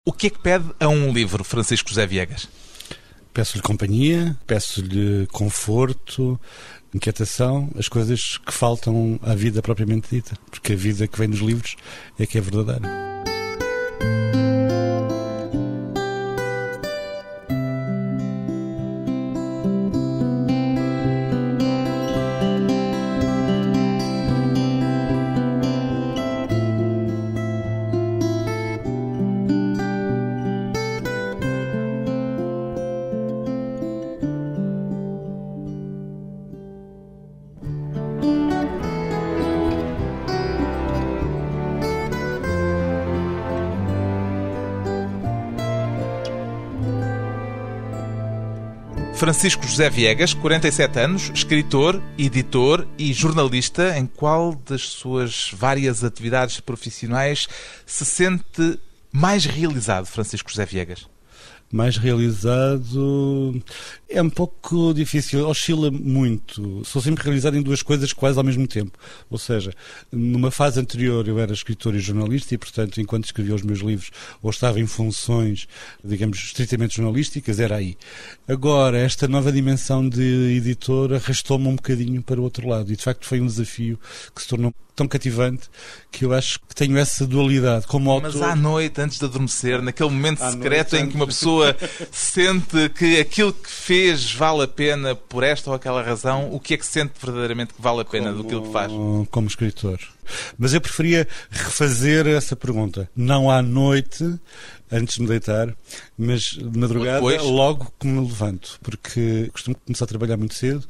O que é que pede a um livro, Francisco José Viegas? Peço-lhe companhia, peço-lhe conforto, inquietação, as coisas que faltam à vida propriamente dita. Porque a vida que vem nos livros é que é verdadeira. Francisco José Viegas, 47 anos, escritor, editor e jornalista. Em qual das suas várias atividades profissionais se sente mais realizado, Francisco José Viegas? Mais realizado é um pouco difícil, oscila muito. Sou sempre realizado em duas coisas quase ao mesmo tempo. Ou seja, numa fase anterior eu era escritor e jornalista e, portanto, enquanto escrevia os meus livros ou estava em funções, digamos, estritamente jornalísticas, era aí. Agora, esta nova dimensão de editor arrastou-me um bocadinho para o outro lado e, de facto, foi um desafio que se tornou tão cativante que eu acho que tenho essa dualidade como autor. Mas à noite, antes de adormecer, naquele momento secreto em que uma pessoa sente que aquilo que fez vale a pena por esta ou aquela razão, o que é que sente verdadeiramente que vale a pena do que faz? Como escritor. Mas eu preferia refazer essa pergunta. Não à noite, antes de me deitar, mas de madrugada, logo que me levanto. Porque costumo começar a trabalhar muito cedo.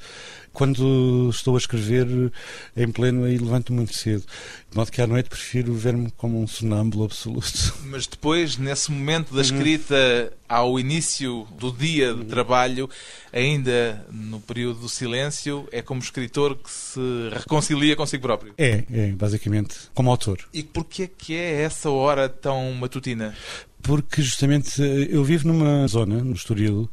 Quando estou a escrever em pleno, aí levanto muito cedo. De modo que à noite prefiro ver-me como um sonâmbulo absoluto. Mas depois, nesse momento da escrita, ao início do dia de trabalho, ainda no período do silêncio, é como escritor que se reconcilia consigo próprio? É, basicamente, como autor. E porquê que é essa hora tão matutina? Porque justamente eu vivo numa zona, no Estoril,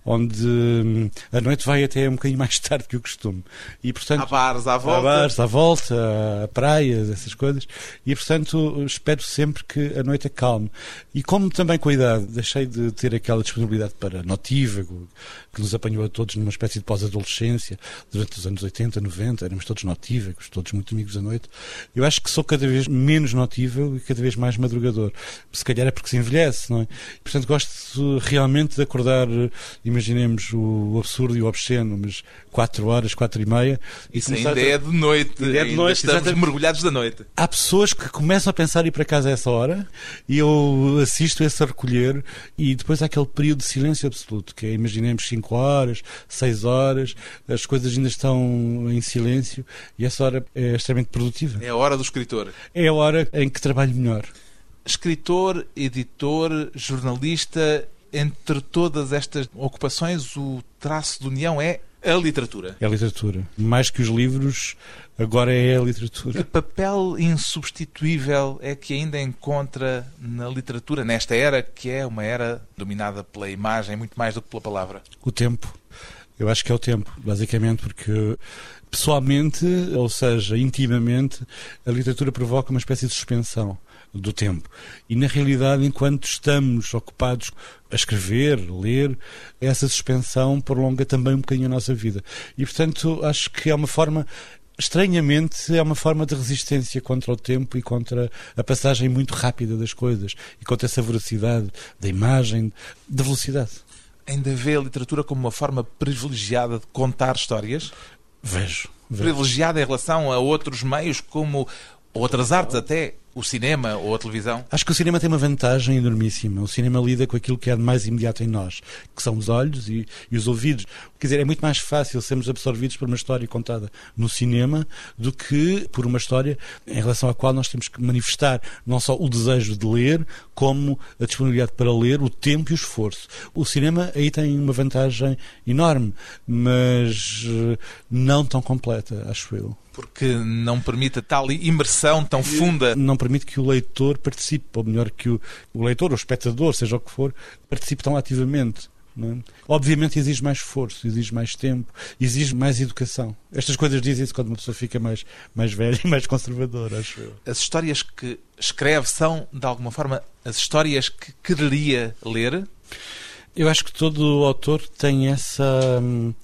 onde a noite vai até um bocadinho mais tarde que o costume. E, portanto, há bares à volta. Há bares à volta, há praias, essas coisas. E, portanto, espero sempre que a noite acalme. E como também com a idade deixei de ter aquela disponibilidade para notívago, que nos apanhou a todos numa espécie de pós-adolescência, durante os anos 80, 90, éramos todos notívagos, todos muito amigos à noite. Eu acho que sou cada vez menos notívago e cada vez mais madrugador. Se calhar é porque se envelhece, não é? Portanto, gosto realmente de acordar, imaginemos o absurdo e o obsceno, mas 4 horas, 4h30. Isso ainda é de noite. Ainda é de noite. Estamos mergulhados da noite. Há pessoas que começam a pensar em ir para casa a essa hora e eu assisto esse a recolher e depois há aquele período de silêncio absoluto, que é, imaginemos, 5 horas, 6 horas, as coisas ainda estão em silêncio e essa hora é extremamente produtiva. É a hora do escritor. É a hora em que trabalho melhor. Escritor, editor, jornalista, entre todas estas ocupações, o traço de união é a literatura. É a literatura. Mais que os livros, agora é a literatura. Que papel insubstituível é que ainda encontra na literatura, nesta era que é uma era dominada pela imagem, muito mais do que pela palavra? O tempo. Eu acho que é o tempo, basicamente, porque pessoalmente, ou seja, intimamente, a literatura provoca uma espécie de suspensão do tempo. E, na realidade, enquanto estamos ocupados a escrever, a ler, essa suspensão prolonga também um bocadinho a nossa vida. E, portanto, acho que é uma forma, estranhamente, é uma forma de resistência contra o tempo e contra a passagem muito rápida das coisas e contra essa voracidade da imagem, da velocidade. Ainda vê a literatura como uma forma privilegiada de contar histórias? Vejo. Privilegiada em relação a outros meios, como outras artes até, o cinema ou a televisão? Acho que o cinema tem uma vantagem enormíssima. O cinema lida com aquilo que é de mais imediato em nós, que são os olhos e os ouvidos. Quer dizer, é muito mais fácil sermos absorvidos por uma história contada no cinema do que por uma história em relação à qual nós temos que manifestar não só o desejo de ler, como a disponibilidade para ler, o tempo e o esforço. O cinema aí tem uma vantagem enorme, mas não tão completa, acho eu. Porque não permite tal imersão tão funda. Não permite que o leitor participe, ou melhor, que o leitor ou o espectador, seja o que for, participe tão ativamente. não é? Obviamente exige mais esforço, exige mais tempo, exige mais educação. Estas coisas dizem-se quando uma pessoa fica mais velha e mais conservadora, acho eu. As histórias que escreve são, de alguma forma, as histórias que quereria ler? Eu acho que todo autor tem essa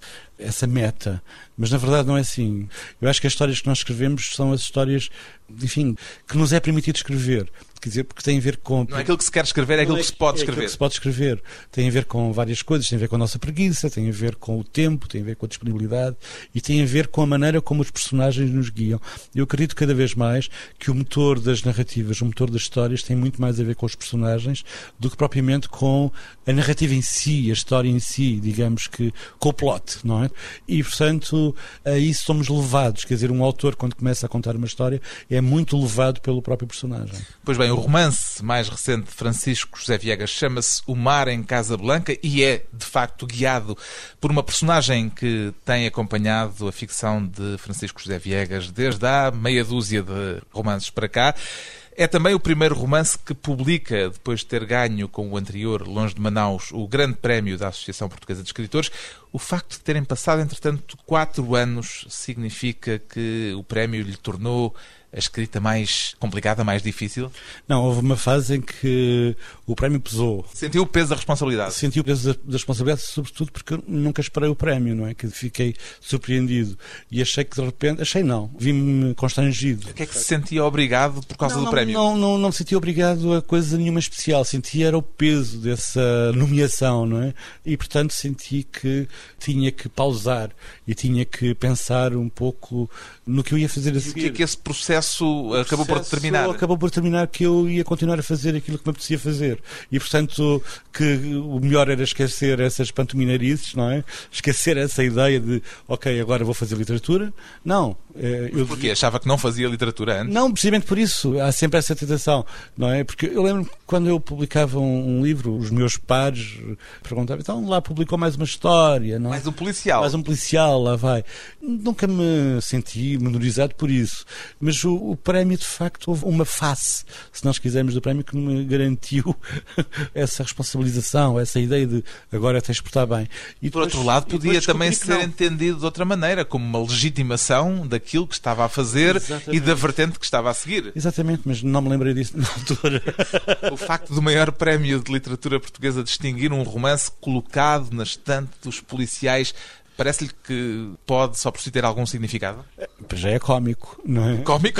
meta, mas na verdade não é assim. Eu acho que as histórias que nós escrevemos são as histórias, enfim, que nos é permitido escrever. Quer dizer, porque tem a ver com... Não é aquilo que se quer escrever, é aquilo que se pode escrever. É aquilo que se pode escrever. Tem a ver com várias coisas, tem a ver com a nossa preguiça, tem a ver com o tempo, tem a ver com a disponibilidade e tem a ver com a maneira como os personagens nos guiam. Eu acredito cada vez mais que o motor das narrativas, o motor das histórias tem muito mais a ver com os personagens do que propriamente com a narrativa em si, a história em si, digamos que com o plot, não é? E, portanto, a isso somos levados. Quer dizer, um autor, quando começa a contar uma história, é muito levado pelo próprio personagem. Pois bem, o romance mais recente de Francisco José Viegas chama-se O Mar em Casablanca e é, de facto, guiado por uma personagem que tem acompanhado a ficção de Francisco José Viegas desde há meia dúzia de romances para cá. É também o primeiro romance que publica, depois de ter ganho com o anterior, Longe de Manaus, o grande prémio da Associação Portuguesa de Escritores. O facto de terem passado, entretanto, 4 anos significa que o prémio lhe tornou a escrita mais complicada, mais difícil? Não, houve uma fase em que o prémio pesou. Sentiu o peso da responsabilidade? Senti o peso da responsabilidade, sobretudo porque eu nunca esperei o prémio, não é? Que fiquei surpreendido e achei que de repente... Achei não, vi-me constrangido. O que é que se sentia obrigado por causa do prémio? Não me senti obrigado a coisa nenhuma especial. Senti era o peso dessa nomeação, não é? E, portanto, senti que tinha que pausar e tinha que pensar um pouco no que eu ia fazer a seguir. E o que é que esse processo acabou por determinar? Acabou por determinar que eu ia continuar a fazer aquilo que me apetecia fazer. E, portanto, que o melhor era esquecer essas pantominarices, não é? Esquecer essa ideia de, ok, agora vou fazer literatura. Não. Porquê? Achava que não fazia literatura antes? Não, precisamente por isso. Há sempre essa tentação, não é? Porque eu lembro que quando eu publicava um livro, os meus pares perguntavam, então lá publicou mais uma história, não é? Mais um policial. Mais um policial, lá vai. Nunca me senti menorizado por isso. Mas o prémio, de facto, houve uma face, se nós quisermos, do prémio que me garantiu essa responsabilização, essa ideia de agora tens de portar bem. E por outro lado, podia também ser entendido de outra maneira, como uma legitimação daquilo que estava a fazer. Exatamente. E da vertente que estava a seguir. Exatamente, mas não me lembrei disso na altura. O facto do maior prémio de literatura portuguesa distinguir um romance colocado na estante dos policiais, parece-lhe que pode só por si ter algum significado? Já é cómico, não é? Cómico?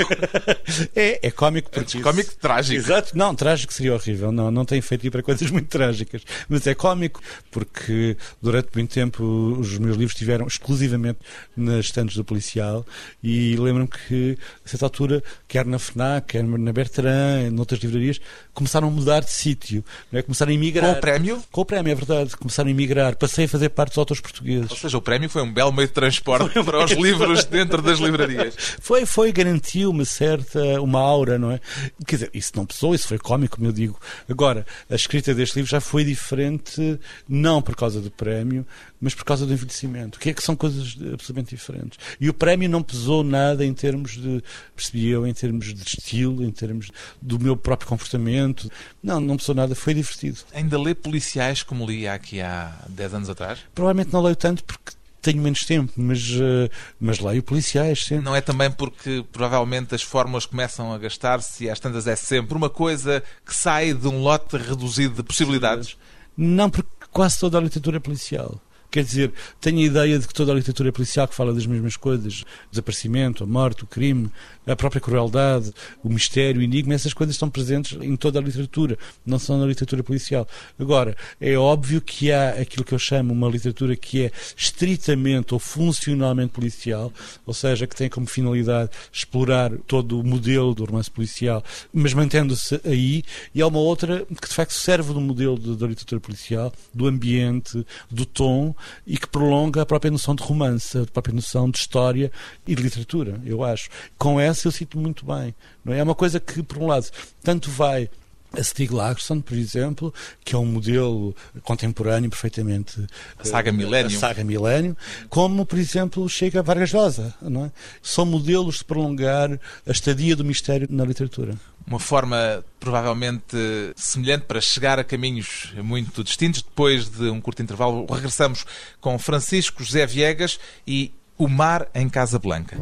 É cómico porque... Cómico, trágico. Exato. Não, trágico seria horrível. Não tem feito para coisas muito trágicas. Mas é cómico porque durante muito tempo os meus livros estiveram exclusivamente nas estantes do policial e lembro-me que, a certa altura, quer na FNAC, quer na Bertrand, noutras livrarias, começaram a mudar de sítio. Não é? Começaram a emigrar. Com o prémio? Com o prémio, é verdade. Começaram a emigrar. Passei a fazer parte dos autores portugueses. Ou seja, o prémio foi um belo meio de transporte para os livros dentro das livrarias. Foi, garantiu uma aura, não é? Quer dizer, isso não pesou, isso foi cómico, como eu digo. Agora, a escrita deste livro já foi diferente, não por causa do prémio, mas por causa do envelhecimento. Que são coisas absolutamente diferentes. E o prémio não pesou nada em termos de, percebi eu, em termos de estilo, em termos do meu próprio comportamento. Não pesou nada, foi divertido. Ainda lê policiais como lia aqui há 10 anos atrás? Provavelmente não leio tanto porque tenho menos tempo, mas leio policiais sempre. Não é também porque provavelmente as fórmulas começam a gastar-se e às tantas é sempre uma coisa que sai de um lote reduzido de possibilidades? Não, porque quase toda a literatura é policial. Quer dizer, tenho a ideia de que toda a literatura policial que fala das mesmas coisas, o desaparecimento, a morte, o crime, a própria crueldade, o mistério, o enigma, essas coisas estão presentes em toda a literatura, não só na literatura policial. Agora, é óbvio que há aquilo que eu chamo uma literatura que é estritamente ou funcionalmente policial, ou seja, que tem como finalidade explorar todo o modelo do romance policial, mas mantendo-se aí, e há uma outra que de facto serve do modelo da literatura policial, do ambiente, do tom, e que prolonga a própria noção de romance, a própria noção de história e de literatura, eu acho. Com essa eu sinto muito bem. Não é? É uma coisa que, por um lado, tanto vai a Stieg Larsson, por exemplo, que é um modelo contemporâneo perfeitamente. A saga Millennium. A saga Millennium, como, por exemplo, chega a Vargas Llosa, não é? São modelos de prolongar a estadia do mistério na literatura. Uma forma provavelmente semelhante para chegar a caminhos muito distintos. Depois de um curto intervalo, regressamos com Francisco José Viegas e O Mar em Casablanca.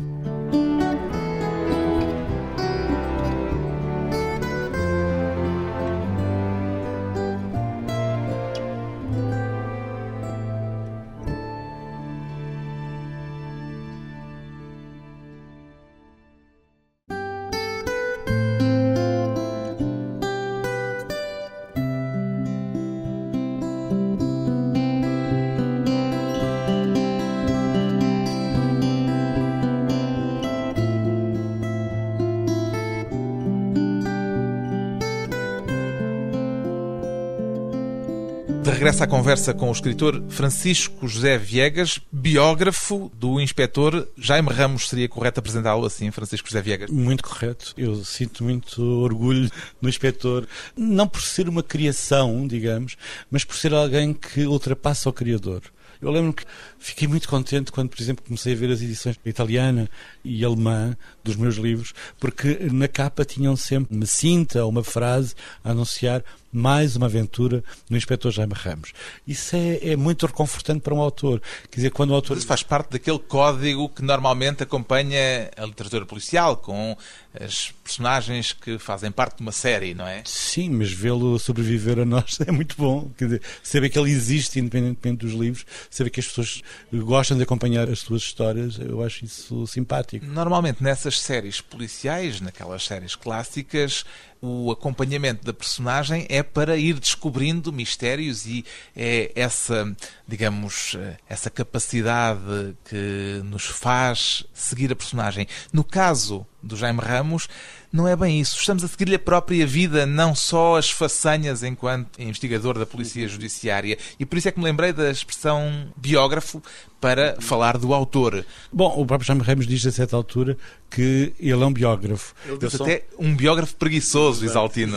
De regresso à conversa com o escritor Francisco José Viegas, biógrafo do inspetor Jaime Ramos. Seria correto apresentá-lo assim, Francisco José Viegas? Muito correto. Eu sinto muito orgulho no inspetor, não por ser uma criação, digamos, mas por ser alguém que ultrapassa o criador. Eu lembro que fiquei muito contente quando, por exemplo, comecei a ver as edições italiana e alemã dos meus livros, porque na capa tinham sempre uma cinta ou uma frase a anunciar mais uma aventura no inspetor Jaime Ramos. Isso é muito reconfortante para um autor. Quer dizer, quando o autor... Isso faz parte daquele código que normalmente acompanha a literatura policial, com as personagens que fazem parte de uma série, não é? Sim, mas vê-lo sobreviver a nós é muito bom. Quer dizer, saber que ele existe independentemente dos livros, saber que as pessoas gostam de acompanhar as suas histórias, eu acho isso simpático. Normalmente nessas séries policiais, naquelas séries clássicas, o acompanhamento da personagem é para ir descobrindo mistérios e é essa, digamos, essa capacidade que nos faz seguir a personagem. No caso do Jaime Ramos, não é bem isso. Estamos a seguir-lhe a própria vida, não só as façanhas enquanto investigador da Polícia Judiciária. E por isso é que me lembrei da expressão biógrafo para falar do autor. Bom, o próprio Jaime Ramos diz a certa altura que ele é um biógrafo. Ele diz até um biógrafo preguiçoso, Isaltino.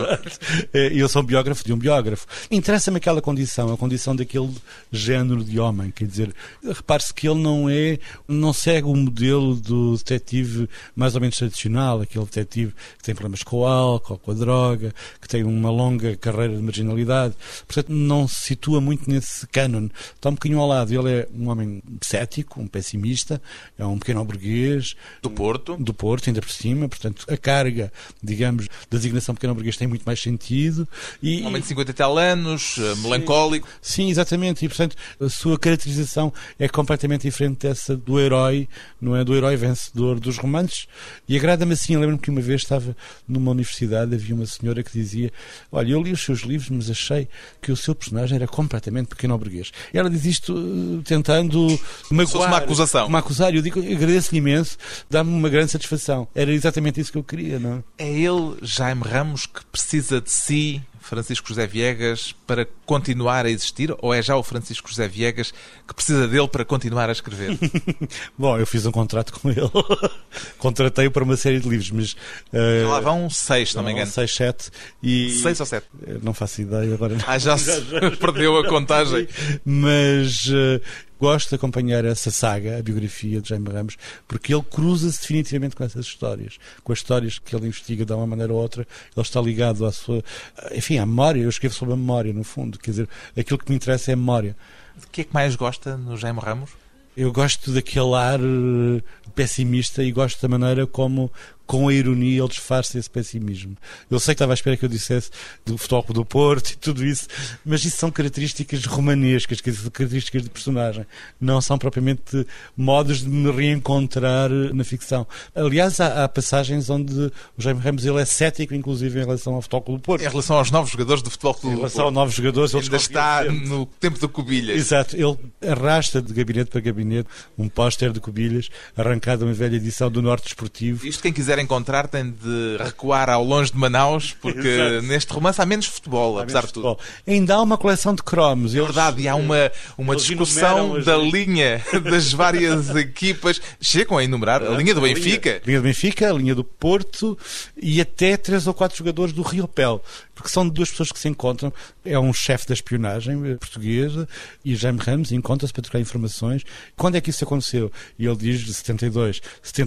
Eu sou um biógrafo de um biógrafo. Interessa-me aquela condição, a condição daquele género de homem. Quer dizer, repare-se que ele não segue o modelo do detetive mais ou menos tradicional, aquele detetive que tem problemas com o álcool, com a droga, que tem uma longa carreira de marginalidade. Portanto, não se situa muito nesse cânon. Está um bocadinho ao lado. Ele é um homem cético, um pessimista, é um pequeno burguês. Do Porto, ainda por cima. Portanto, a carga, digamos, da designação pequeno burguês tem muito mais sentido. Um homem de 50 e tal anos, melancólico. Sim, exatamente. E, portanto, a sua caracterização é completamente diferente dessa do herói, não é? Do herói vencedor dos romances. E agrada-me assim. Eu lembro-me que uma vez estava numa universidade, havia uma senhora que dizia: olha, eu li os seus livros, mas achei que o seu personagem era completamente pequeno burguês. E ela diz isto tentando magoar. Uma acusação. Uma acusar. Eu digo, agradeço-lhe imenso, dá-me uma grande satisfação. Era exatamente isso que eu queria, não é? É ele, Jaime Ramos, que precisa de si, Francisco José Viegas, para continuar a existir? Ou é já o Francisco José Viegas que precisa dele para continuar a escrever? Bom, eu fiz um contrato com ele. Contratei-o para uma série de livros, mas... lá vão 6, se não me engano. 6, 7. E... 6 ou 7? Não faço ideia agora. Já se perdeu a contagem. Mas... gosto de acompanhar essa saga, a biografia de Jaime Ramos, porque ele cruza-se definitivamente com essas histórias. Com as histórias que ele investiga de uma maneira ou outra, ele está ligado à sua... Enfim, à memória. Eu escrevo sobre a memória, no fundo. Quer dizer, aquilo que me interessa é a memória. De que é que mais gosta no Jaime Ramos? Eu gosto daquele ar pessimista e gosto da maneira como, com a ironia, ele disfarça esse pessimismo. Eu sei que estava à espera que eu dissesse do Futebol do Porto e tudo isso, mas isso são características romanescas, quer dizer, características de personagem. Não são propriamente modos de me reencontrar na ficção. Aliás, há passagens onde o Jaime Ramos ele é cético, inclusive, em relação ao Futebol do Porto. Em relação aos novos jogadores do Futebol do Porto. Em relação aos novos jogadores, ele ainda está no tempo do Cubilhas. Exato. Ele arrasta de gabinete para gabinete um póster de Cubilhas arrancado de uma velha edição do Norte Desportivo. Isto quem quiser encontrar tem de recuar ao longe de Manaus, porque neste romance há menos futebol, apesar de tudo. Ainda há uma coleção de cromos. É verdade, e há uma discussão da linha das várias equipas. Chegam a enumerar a linha do Benfica. A linha do Benfica, a linha do Porto e até 3 ou 4 jogadores do Rio Pel. porque são duas pessoas que se encontram. É um chefe da espionagem portuguesa e Jaime Ramos encontra-se para trocar informações. Quando é que isso aconteceu? E ele diz de 72,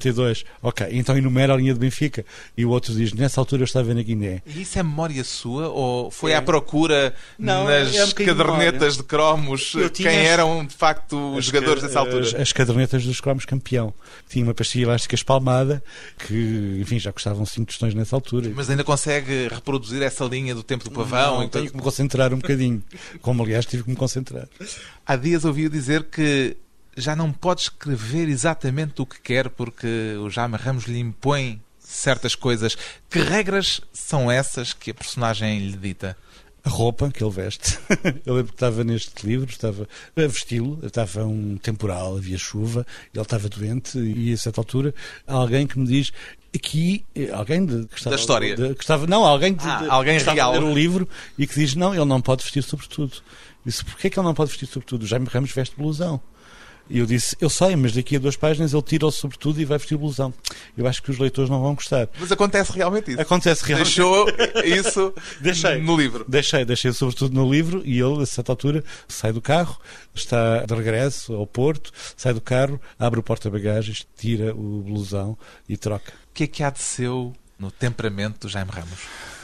ok, então enumera a linha de Benfica. E o outro diz, nessa altura eu estava na Guiné. E isso é memória sua ou foi à procura nas um cadernetas de cromos quem eram de facto os jogadores dessa altura? As cadernetas dos cromos campeão. Tinha uma pastilha elástica espalmada que, enfim, já custavam 5 tostões nessa altura. Mas ainda consegue reproduzir essa linha do tempo do pavão? Não, tenho que me concentrar um bocadinho. Como, aliás, tive que me concentrar. Há dias ouvi-o dizer que já não pode escrever exatamente o que quer porque o Jaime Ramos lhe impõe certas coisas. Que regras são essas que a personagem lhe dita? A roupa que ele veste. Eu lembro que estava neste livro, estava a vesti-lo, estava um temporal, havia chuva, ele estava doente e a certa altura há alguém que me diz aqui, alguém que estava, da história. Alguém alguém que estava real. a ler o livro e que diz, não, ele não pode vestir sobretudo. Disse, porquê é que ele não pode vestir sobretudo? O Jaime Ramos veste blusão. E eu disse, eu sei, mas daqui a 2 páginas ele tira o sobretudo e vai vestir blusão. Eu acho que os leitores não vão gostar. Mas acontece realmente isso? Acontece realmente. Deixou isso no livro? Deixei sobretudo no livro e ele, a certa altura, sai do carro, está de regresso ao Porto, sai do carro, abre o porta-bagagens, tira o blusão e troca. O que é que há de seu no temperamento do Jaime Ramos?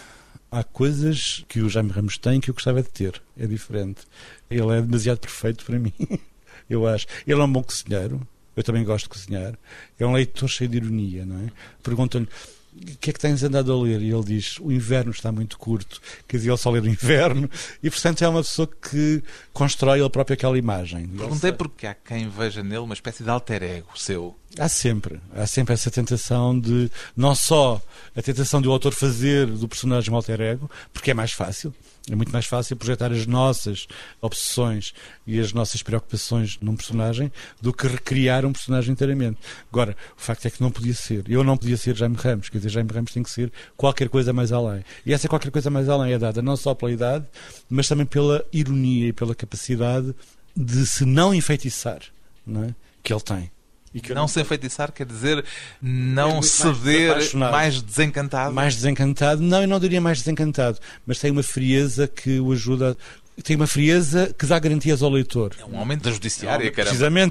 Há coisas que o Jaime Ramos tem que eu gostava de ter. É diferente. Ele é demasiado perfeito para mim. Eu acho. Ele é um bom cozinheiro. Eu também gosto de cozinhar. É um leitor cheio de ironia, não é? Perguntam-lhe, o que é que tens andado a ler? E ele diz, o inverno está muito curto. Quer dizer, ele só lê o inverno. E, portanto, é uma pessoa que constrói ele próprio aquela imagem. Perguntei porque há quem veja nele uma espécie de alter ego seu. Há sempre essa tentação de, não só a tentação de o autor fazer do personagem um alter ego, porque é mais fácil. É muito mais fácil projetar as nossas obsessões e as nossas preocupações num personagem do que recriar um personagem inteiramente. Agora, o facto é que não podia ser. Eu não podia ser Jaime Ramos. Quer dizer, Jaime Ramos tem que ser qualquer coisa mais além. E essa qualquer coisa mais além é dada não só pela idade, mas também pela ironia e pela capacidade de se não enfeitiçar, não é? Que ele tem. Não se enfeitiçar quer dizer não ceder, mais desencantado? Mais desencantado, não, eu não diria mais desencantado, mas tem uma frieza que o ajuda. Tem uma frieza que dá garantias ao leitor. É um homem da judiciária, caramba.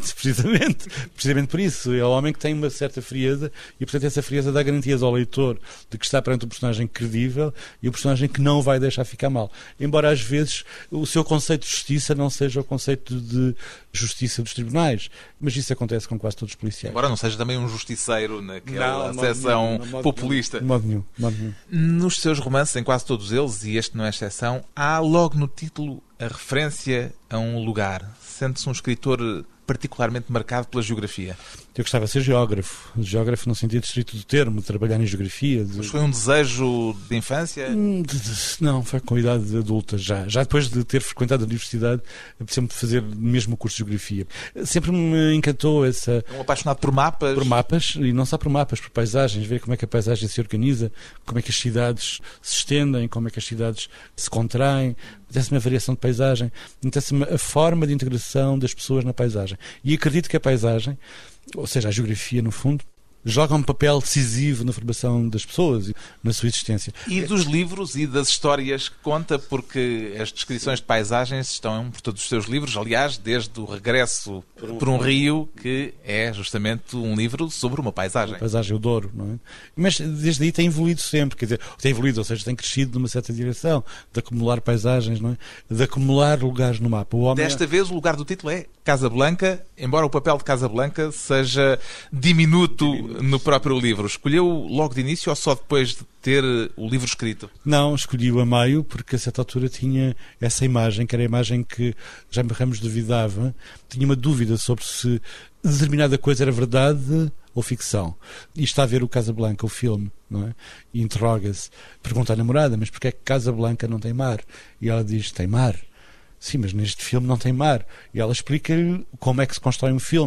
Precisamente por isso. É um homem que tem uma certa frieza e, portanto, essa frieza dá garantias ao leitor de que está perante um personagem credível e um personagem que não vai deixar ficar mal. Embora, às vezes, o seu conceito de justiça não seja o conceito de justiça dos tribunais. Mas isso acontece com quase todos os policiais. Embora não seja também um justiceiro naquela acessão populista. De modo nenhum. Nos seus romances, em quase todos eles, e este não é exceção, há logo no título a referência a um lugar. Sente-se um escritor particularmente marcado pela geografia? Eu gostava de ser geógrafo no sentido estrito do termo, de trabalhar em geografia. Mas foi um desejo de infância? Não, foi com a idade adulta, já depois de ter frequentado a universidade, apeteceu-me de fazer mesmo o curso de geografia. Sempre me encantou essa... Um apaixonado por mapas? Por mapas, e não só por mapas, por paisagens, ver como é que a paisagem se organiza, como é que as cidades se estendem, como é que as cidades se contraem. Interessa-me a variação de paisagem, interessa-me a forma de integração das pessoas na paisagem. E acredito que a paisagem, ou seja, a geografia, no fundo, joga um papel decisivo na formação das pessoas e na sua existência. E dos livros e das histórias que conta, porque as descrições de paisagens estão por todos os seus livros, aliás, desde o Regresso por um Rio, que é justamente um livro sobre uma paisagem. A paisagem, o Douro, não é? Mas desde aí tem evoluído sempre, quer dizer, tem evoluído, ou seja, tem crescido numa certa direção, de acumular paisagens, não é? De acumular lugares no mapa. Desta vez o lugar do título é Casablanca, embora o papel de Casablanca seja diminuto no próprio livro. Escolheu logo de início ou só depois de ter o livro escrito? Não, escolhi-o a meio porque a certa altura tinha essa imagem, que era a imagem que Jaime Ramos duvidava. Tinha uma dúvida sobre se determinada coisa era verdade ou ficção. E está a ver o Casablanca, o filme, não é? E interroga-se, pergunta à namorada, mas porquê é que Casablanca não tem mar? E ela diz, tem mar. Sim, mas neste filme não tem mar. E ela explica-lhe como é que se constrói um filme.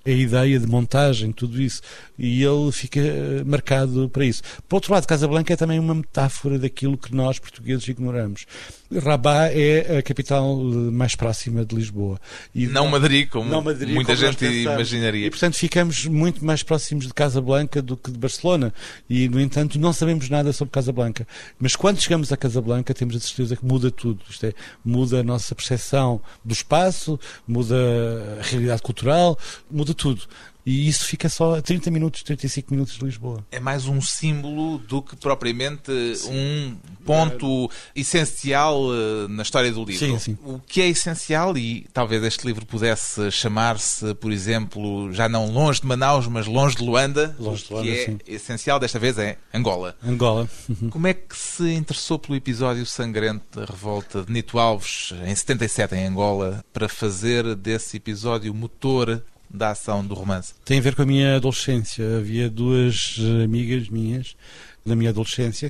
a ideia de montagem, tudo isso. E ele fica marcado para isso. Por outro lado, Casablanca é também uma metáfora daquilo que nós, portugueses, ignoramos. Rabat é a capital mais próxima de Lisboa. E não Madrid, como muita gente imaginaria. E, portanto, ficamos muito mais próximos de Casablanca do que de Barcelona. E, no entanto, não sabemos nada sobre Casablanca. Mas quando chegamos a Casablanca, temos a certeza que muda tudo. Isto é, muda a nossa percepção do espaço, muda a realidade cultural, muda tudo. E isso fica só a 30 minutos, 35 minutos de Lisboa. É mais um símbolo do que propriamente um ponto essencial na história do livro. Sim, sim. O que é essencial, e talvez este livro pudesse chamar-se, por exemplo, já não longe de Manaus, mas longe de Luanda, que é sim. essencial desta vez é Angola. Angola. Como é que se interessou pelo episódio sangrento da revolta de Nito Alves, em 77, em Angola, para fazer desse episódio motor da ação do romance? Tem a ver com a minha adolescência. Havia duas amigas minhas da minha adolescência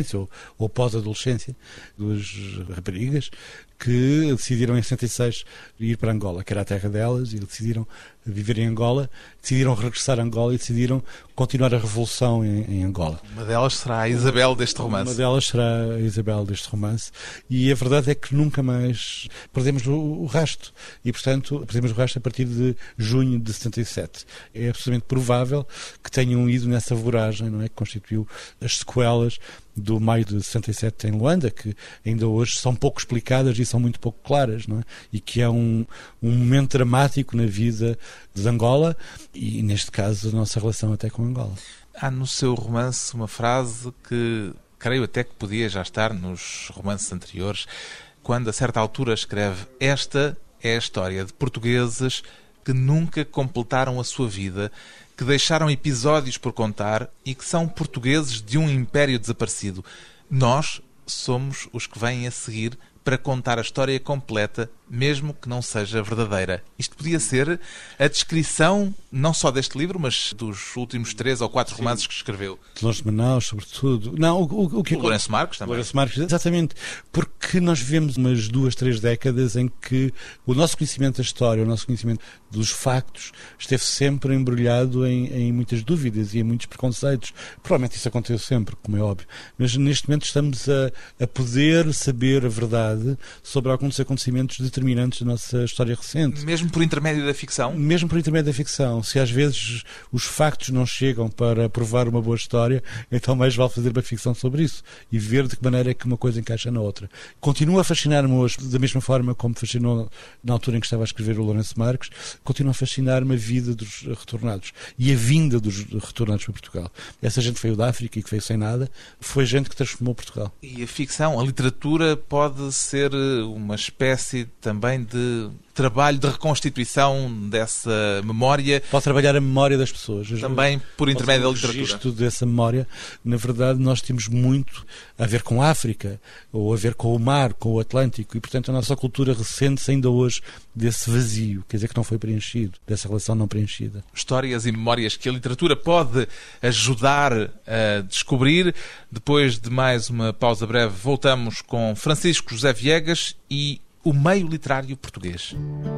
ou pós-adolescência, duas raparigas, que decidiram em 66 ir para Angola, que era a terra delas, e decidiram viver em Angola, decidiram regressar a Angola e decidiram continuar a revolução em Angola. Uma delas será a Isabel deste romance. Uma delas será a Isabel deste romance, e a verdade é que nunca mais perdemos o rastro, e portanto perdemos o rastro a partir de junho de 77. É absolutamente provável que tenham ido nessa voragem, não é, que constituiu as sequelas do maio de 67 em Luanda, que ainda hoje são pouco explicadas e são muito pouco claras, não é? E que é um momento dramático na vida de Angola e, neste caso, a nossa relação até com Angola. Há no seu romance uma frase que creio até que podia já estar nos romances anteriores, quando a certa altura escreve: esta é a história de portugueses que nunca completaram a sua vida, que deixaram episódios por contar e que são portugueses de um império desaparecido. Nós somos os que vêm a seguir para contar a história completa, mesmo que não seja verdadeira. Isto podia ser a descrição não só deste livro, mas dos últimos 3 ou 4 romances que escreveu. De Longe de Manaus, sobretudo. Não, o que Lourenço Marques também. Lourenço Marques, exatamente. Porque nós vivemos umas 2, 3 décadas em que o nosso conhecimento da história, o nosso conhecimento dos factos, esteve sempre embrulhado em muitas dúvidas e em muitos preconceitos. Provavelmente isso aconteceu sempre, como é óbvio. Mas neste momento estamos a poder saber a verdade sobre alguns acontecimentos determinantes da nossa história recente. Mesmo por intermédio da ficção? Mesmo por intermédio da ficção. Se às vezes os factos não chegam para provar uma boa história, então mais vale fazer uma ficção sobre isso e ver de que maneira é que uma coisa encaixa na outra. Continua a fascinar-me hoje, da mesma forma como fascinou na altura em que estava a escrever o Lourenço Marques, continua a fascinar-me a vida dos retornados e a vinda dos retornados para Portugal. Essa gente veio da África e que veio sem nada, foi gente que transformou Portugal. E a ficção, a literatura pode ser uma espécie também de trabalho de reconstituição dessa memória. Pode trabalhar a memória das pessoas. Também por intermédio da literatura. O registro dessa memória, na verdade, nós temos muito a ver com a África, ou a ver com o mar, com o Atlântico, e, portanto, a nossa cultura ressente-se ainda hoje desse vazio, quer dizer, que não foi preenchido, dessa relação não preenchida. Histórias e memórias que a literatura pode ajudar a descobrir. Depois de mais uma pausa breve, voltamos com Francisco José Viegas e o meio literário português.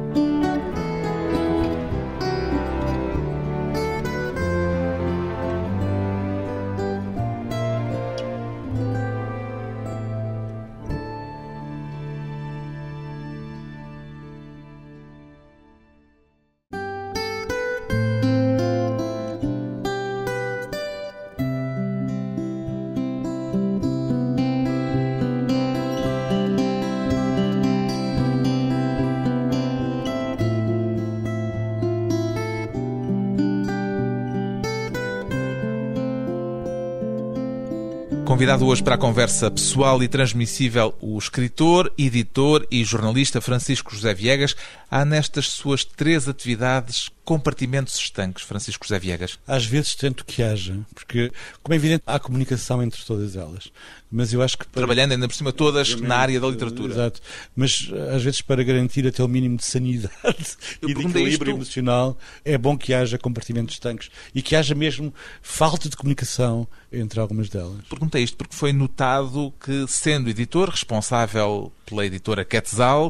Convidado hoje para a conversa pessoal e transmissível o escritor, editor e jornalista Francisco José Viegas. Há nestas suas 3 atividades compartimentos estanques, Francisco José Viegas? Às vezes tento que haja, porque, como é evidente, há comunicação entre todas elas. Mas eu acho que... Trabalhando ainda por cima todas na área da literatura. Exato. Mas, às vezes, para garantir até o mínimo de sanidade e de equilíbrio emocional, é bom que haja compartimentos estanques e que haja mesmo falta de comunicação entre algumas delas. Perguntei isto porque foi notado que, sendo editor, responsável pela editora Quetzal,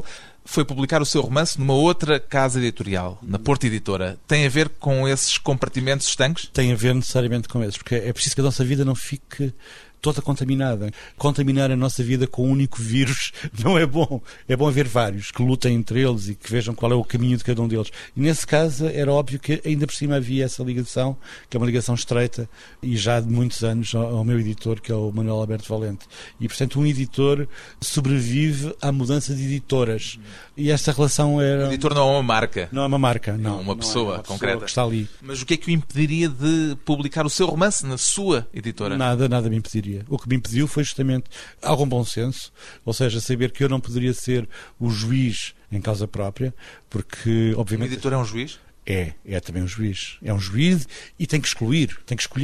foi publicar o seu romance numa outra casa editorial, na Porto Editora. Tem a ver com esses compartimentos estanques? Tem a ver necessariamente com esses, porque é preciso que a nossa vida não fique toda contaminada. Contaminar a nossa vida com um único vírus não é bom. É bom haver vários que lutem entre eles e que vejam qual é o caminho de cada um deles. E nesse caso era óbvio que ainda por cima havia essa ligação, que é uma ligação estreita e já de muitos anos ao meu editor, que é o Manuel Alberto Valente. E, portanto, um editor sobrevive à mudança de editoras. E esta relação era... O editor não é uma marca. Não é uma marca, não. Uma pessoa concreta. Que está ali. Mas o que é que o impediria de publicar o seu romance na sua editora? Nada me impediria. O que me impediu foi justamente algum bom senso, ou seja, saber que eu não poderia ser o juiz em causa própria, porque, obviamente... O editor é um juiz? É também um juiz. É um juiz e tem que escolher.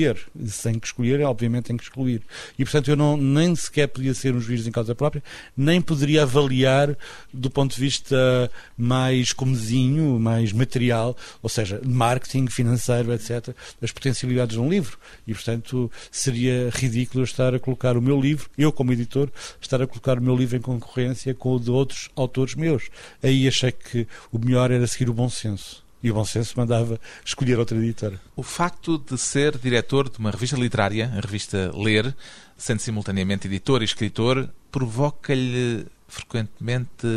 Se tem que escolher, obviamente tem que excluir. E, portanto, eu nem sequer podia ser um juiz em causa própria, nem poderia avaliar do ponto de vista mais comezinho, mais material, ou seja, marketing, financeiro, etc., as potencialidades de um livro. E, portanto, seria ridículo eu estar a colocar o meu livro, eu como editor, estar a colocar o meu livro em concorrência com o de outros autores meus. Aí achei que o melhor era seguir o bom senso. E o bom senso mandava escolher outra editora. O facto de ser diretor de uma revista literária, a revista Ler, sendo simultaneamente editor e escritor, provoca-lhe frequentemente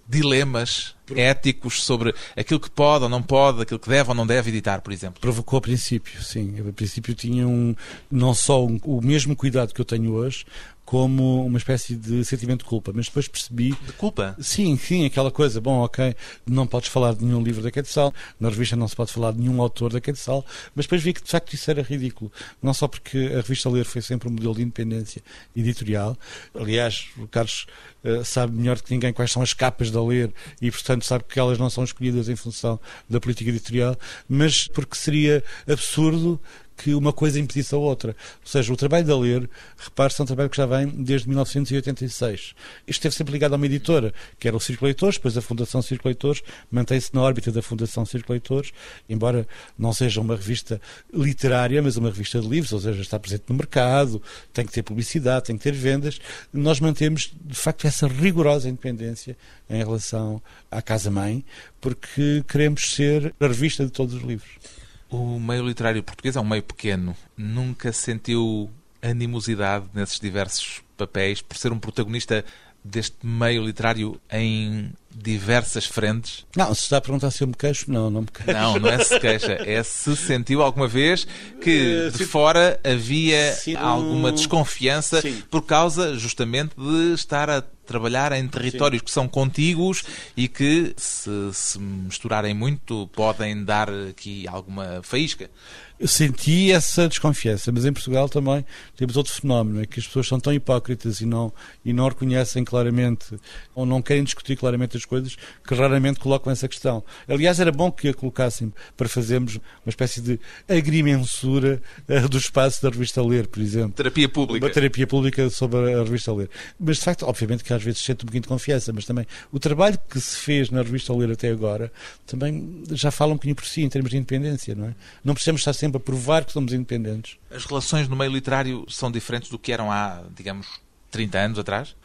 dilemas éticos sobre aquilo que pode ou não pode, aquilo que deve ou não deve editar, por exemplo. Provocou a princípio, sim. A princípio tinha não só o mesmo cuidado que eu tenho hoje, como uma espécie de sentimento de culpa, mas depois percebi... De culpa? Sim, aquela coisa, bom, ok, não podes falar de nenhum livro da Quetzal, na revista não se pode falar de nenhum autor da Quetzal, mas depois vi que de facto isso era ridículo, não só porque a revista Ler foi sempre um modelo de independência editorial, aliás, o Carlos sabe melhor do que ninguém quais são as capas da Ler e, portanto, sabe que elas não são escolhidas em função da política editorial, mas porque seria absurdo que uma coisa impedisse a outra. Ou seja, o trabalho da Ler, repare-se, é um trabalho que já vem desde 1986. Isto esteve sempre ligado a uma editora, que era o Círculo Leitores, depois a Fundação Círculo Leitores, mantém-se na órbita da Fundação Círculo Leitores, embora não seja uma revista literária, mas uma revista de livros, ou seja, está presente no mercado, tem que ter publicidade, tem que ter vendas. Nós mantemos, de facto, essa rigorosa independência em relação à casa-mãe, porque queremos ser a revista de todos os livros. O meio literário português é um meio pequeno. Nunca sentiu animosidade nesses diversos papéis por ser um protagonista deste meio literário em diversas frentes? Não, se está a perguntar se eu me queixo, não me queixo. Não é se queixa. É se sentiu alguma vez que de fora havia alguma desconfiança por causa justamente de estar a trabalhar em territórios que são contíguos e que, se misturarem muito, podem dar aqui alguma faísca. Eu senti essa desconfiança, mas em Portugal também temos outro fenómeno, é que as pessoas são tão hipócritas e não reconhecem claramente ou não querem discutir claramente as coisas que raramente colocam essa questão. Aliás, era bom que a colocassem para fazermos uma espécie de agrimensura do espaço da revista Ler, por exemplo. Terapia pública. Uma terapia pública sobre a revista Ler. Mas, de facto, obviamente que às vezes sente um bocadinho de confiança, mas também o trabalho que se fez na revista Ler até agora também já fala um bocadinho por si, em termos de independência, não é? Não precisamos estar sempre a provar que somos independentes. As relações no meio literário são diferentes do que eram há, digamos, 30 anos atrás?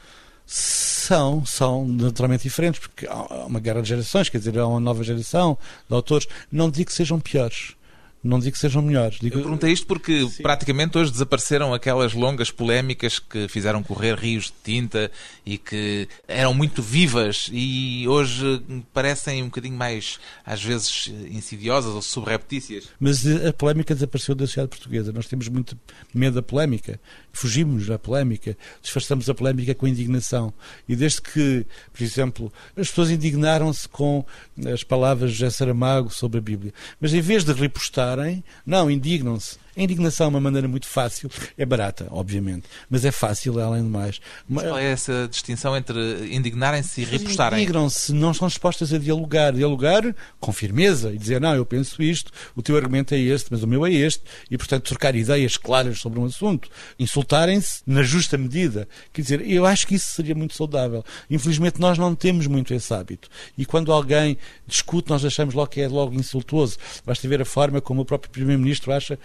São naturalmente diferentes, porque há uma guerra de gerações, quer dizer, há uma nova geração de autores. Não digo que sejam piores, não digo que sejam melhores. Eu perguntei isto porque praticamente hoje desapareceram aquelas longas polémicas que fizeram correr rios de tinta e que eram muito vivas e hoje parecem um bocadinho mais, às vezes, insidiosas ou subreptícias. Mas a polémica desapareceu da sociedade portuguesa. Nós temos muito medo da polémica. Fugimos da polémica. Disfarçamos a polémica com a indignação. E desde que, por exemplo, as pessoas indignaram-se com as palavras de José Saramago sobre a Bíblia. Mas em vez de repostarem, não, indignam-se. A indignação é uma maneira muito fácil, é barata, obviamente, mas é fácil, além do mais. Mas qual é essa distinção entre indignarem-se e repostarem? Indignam-se, não estão dispostas a dialogar com firmeza e dizer, não, eu penso isto, o teu argumento é este, mas o meu é este, e portanto trocar ideias claras sobre um assunto, insultarem-se na justa medida. Quer dizer, eu acho que isso seria muito saudável. Infelizmente nós não temos muito esse hábito, e quando alguém discute, nós achamos logo que é logo insultuoso. Basta ver a forma como o próprio Primeiro-Ministro acha que a imprensa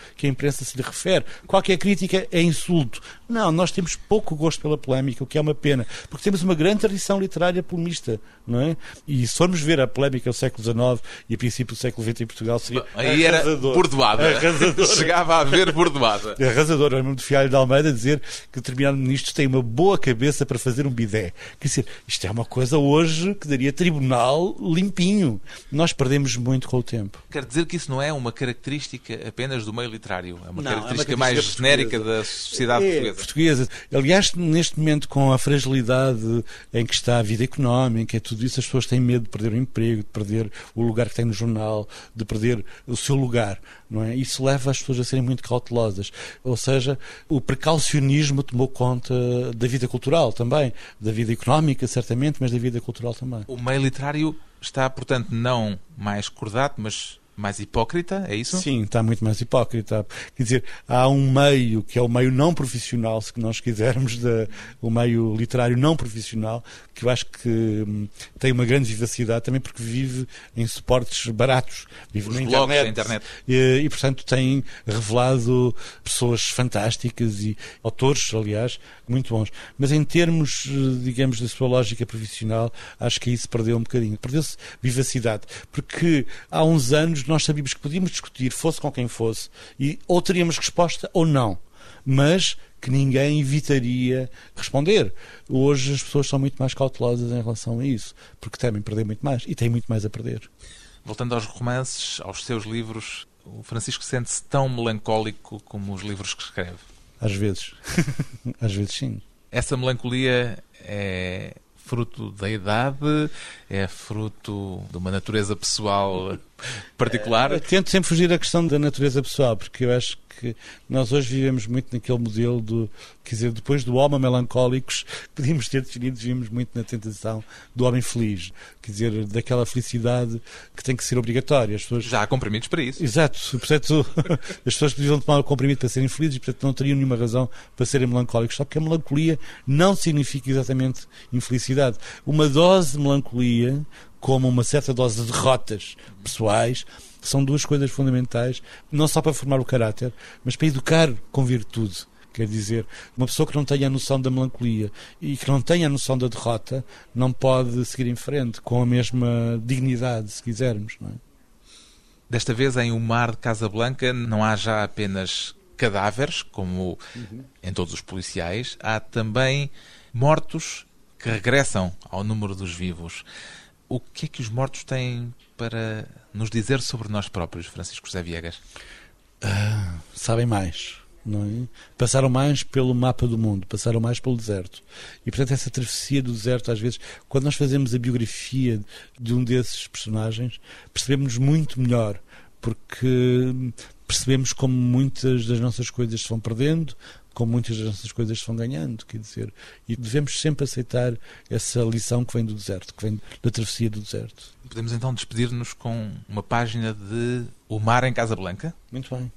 imprensa se lhe refere. Qualquer crítica é insulto. Não, nós temos pouco gosto pela polémica, o que é uma pena, porque temos uma grande tradição literária polemista, não é? E se formos ver a polémica do século XIX e a princípio do século XX em Portugal, seria aí arrasador. Era bordoada. Chegava a haver bordoada. Arrasador. Eu lembro de Fialho de Almeida dizer que determinado ministro tem uma boa cabeça para fazer um bidé. Quer dizer, isto é uma coisa hoje que daria tribunal limpinho. Nós perdemos muito com o tempo. Quer dizer que isso não é uma característica apenas do meio literário, é uma Não, característica é uma mais característica genérica da sociedade portuguesa. Aliás, neste momento, com a fragilidade em que está a vida económica e tudo isso, as pessoas têm medo de perder o emprego, de perder o lugar que têm no jornal, de perder o seu lugar, não é? Isso leva as pessoas a serem muito cautelosas. Ou seja, o precaucionismo tomou conta da vida cultural também, da vida económica, certamente, mas da vida cultural também. O meio literário está, portanto, não mais cordato, mas mais hipócrita, é isso? Sim, está muito mais hipócrita. Quer dizer, há um meio que é o meio não profissional, se nós quisermos, o meio literário não profissional, que eu acho que tem uma grande vivacidade também porque vive em suportes baratos, vive Os na blogs internet. da internet. E, portanto, tem revelado pessoas fantásticas e autores, aliás, muito bons. Mas em termos, digamos, da sua lógica profissional, acho que aí se perdeu um bocadinho. Perdeu-se vivacidade. Porque há uns anos nós sabíamos que podíamos discutir, fosse com quem fosse, e ou teríamos resposta ou não. Mas que ninguém evitaria responder. Hoje as pessoas são muito mais cautelosas em relação a isso, porque temem perder muito mais e têm muito mais a perder. Voltando aos romances, aos seus livros, o Francisco sente-se tão melancólico como os livros que escreve? Às vezes. Às vezes sim. Essa melancolia é fruto da idade? É fruto de uma natureza pessoal particular? Tento sempre fugir da questão da natureza pessoal, porque eu acho que nós hoje vivemos muito naquele modelo do, quer dizer, depois do homem melancólicos, podíamos ter definido, vivemos muito na tentação do homem feliz, quer dizer, daquela felicidade que tem que ser obrigatória. As pessoas... Já há comprimidos para isso. Exato, portanto, as pessoas podiam tomar o comprimido para serem felizes e, portanto, não teriam nenhuma razão para serem melancólicos, só que a melancolia não significa exatamente infelicidade. Uma dose de melancolia, como uma certa dose de derrotas pessoais, são duas coisas fundamentais, não só para formar o caráter, mas para educar com virtude. Quer dizer, uma pessoa que não tenha a noção da melancolia e que não tenha a noção da derrota não pode seguir em frente com a mesma dignidade, se quisermos, não é? Desta vez, em O Mar de Casablanca, não há já apenas cadáveres, como em todos os policiais, há também mortos que regressam ao número dos vivos. O que é que os mortos têm para nos dizer sobre nós próprios, Francisco José Viegas? Sabem mais, não é? Passaram mais pelo mapa do mundo, passaram mais pelo deserto. E, portanto, essa travessia do deserto, às vezes, quando nós fazemos a biografia de um desses personagens, percebemos muito melhor, porque percebemos como muitas das nossas coisas se vão perdendo, como muitas das nossas coisas se vão ganhando, quer dizer, e devemos sempre aceitar essa lição que vem do deserto, que vem da travessia do deserto. Podemos então despedir-nos com uma página de O Mar em Casablanca? Muito bem.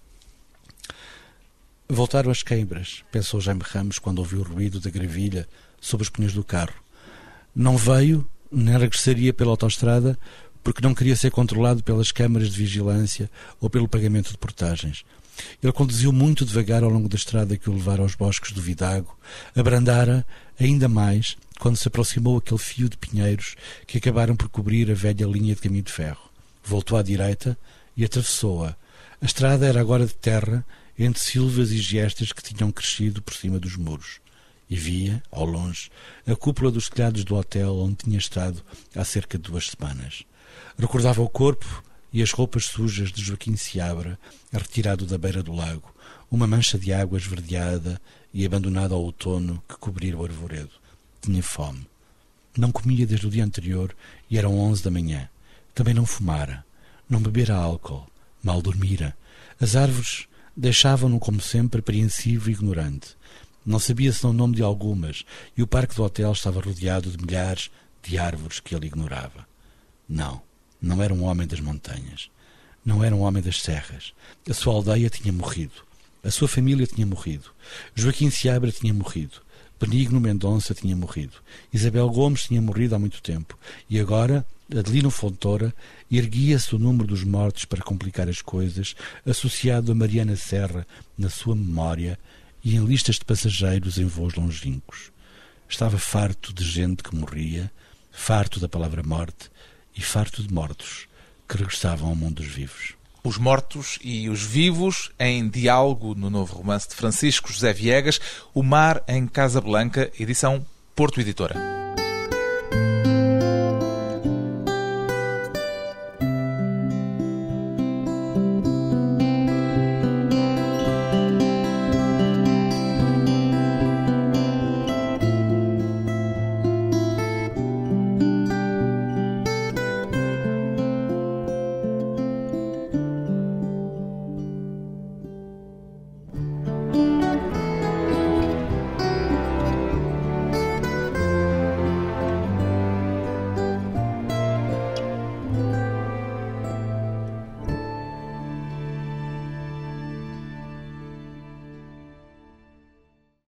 Voltaram as queimbras, pensou Jaime Ramos quando ouviu o ruído da gravilha sob os pneus do carro. Não veio, nem regressaria pela autoestrada, porque não queria ser controlado pelas câmaras de vigilância ou pelo pagamento de portagens. Ele conduziu muito devagar ao longo da estrada que o levara aos bosques do Vidago, abrandara ainda mais quando se aproximou aquele fio de pinheiros que acabaram por cobrir a velha linha de caminho de ferro. Voltou à direita e atravessou-a. A estrada era agora de terra, entre silvas e giestas que tinham crescido por cima dos muros. E via, ao longe, a cúpula dos telhados do hotel onde tinha estado há cerca de 2 semanas. Recordava o corpo e as roupas sujas de Joaquim Seabra, retirado da beira do lago, uma mancha de água esverdeada e abandonada ao outono que cobria o arvoredo. Tinha fome. Não comia desde o dia anterior e eram 11 da manhã. Também não fumara. Não bebera álcool. Mal dormira. As árvores deixavam-no, como sempre, apreensivo e ignorante. Não sabia senão o nome de algumas e o parque do hotel estava rodeado de milhares de árvores que ele ignorava. Não era um homem das montanhas. Não era um homem das serras. A sua aldeia tinha morrido. A sua família tinha morrido. Joaquim Seabra tinha morrido. Benigno Mendonça tinha morrido. Isabel Gomes tinha morrido há muito tempo. E agora Adelino Fontoura, erguia-se o número dos mortos para complicar as coisas, associado a Mariana Serra na sua memória e em listas de passageiros em voos longínquos. Estava farto de gente que morria, farto da palavra morte e farto de mortos que regressavam ao mundo dos vivos. Os mortos e os vivos em diálogo no novo romance de Francisco José Viegas, O Mar em Casablanca, edição Porto Editora.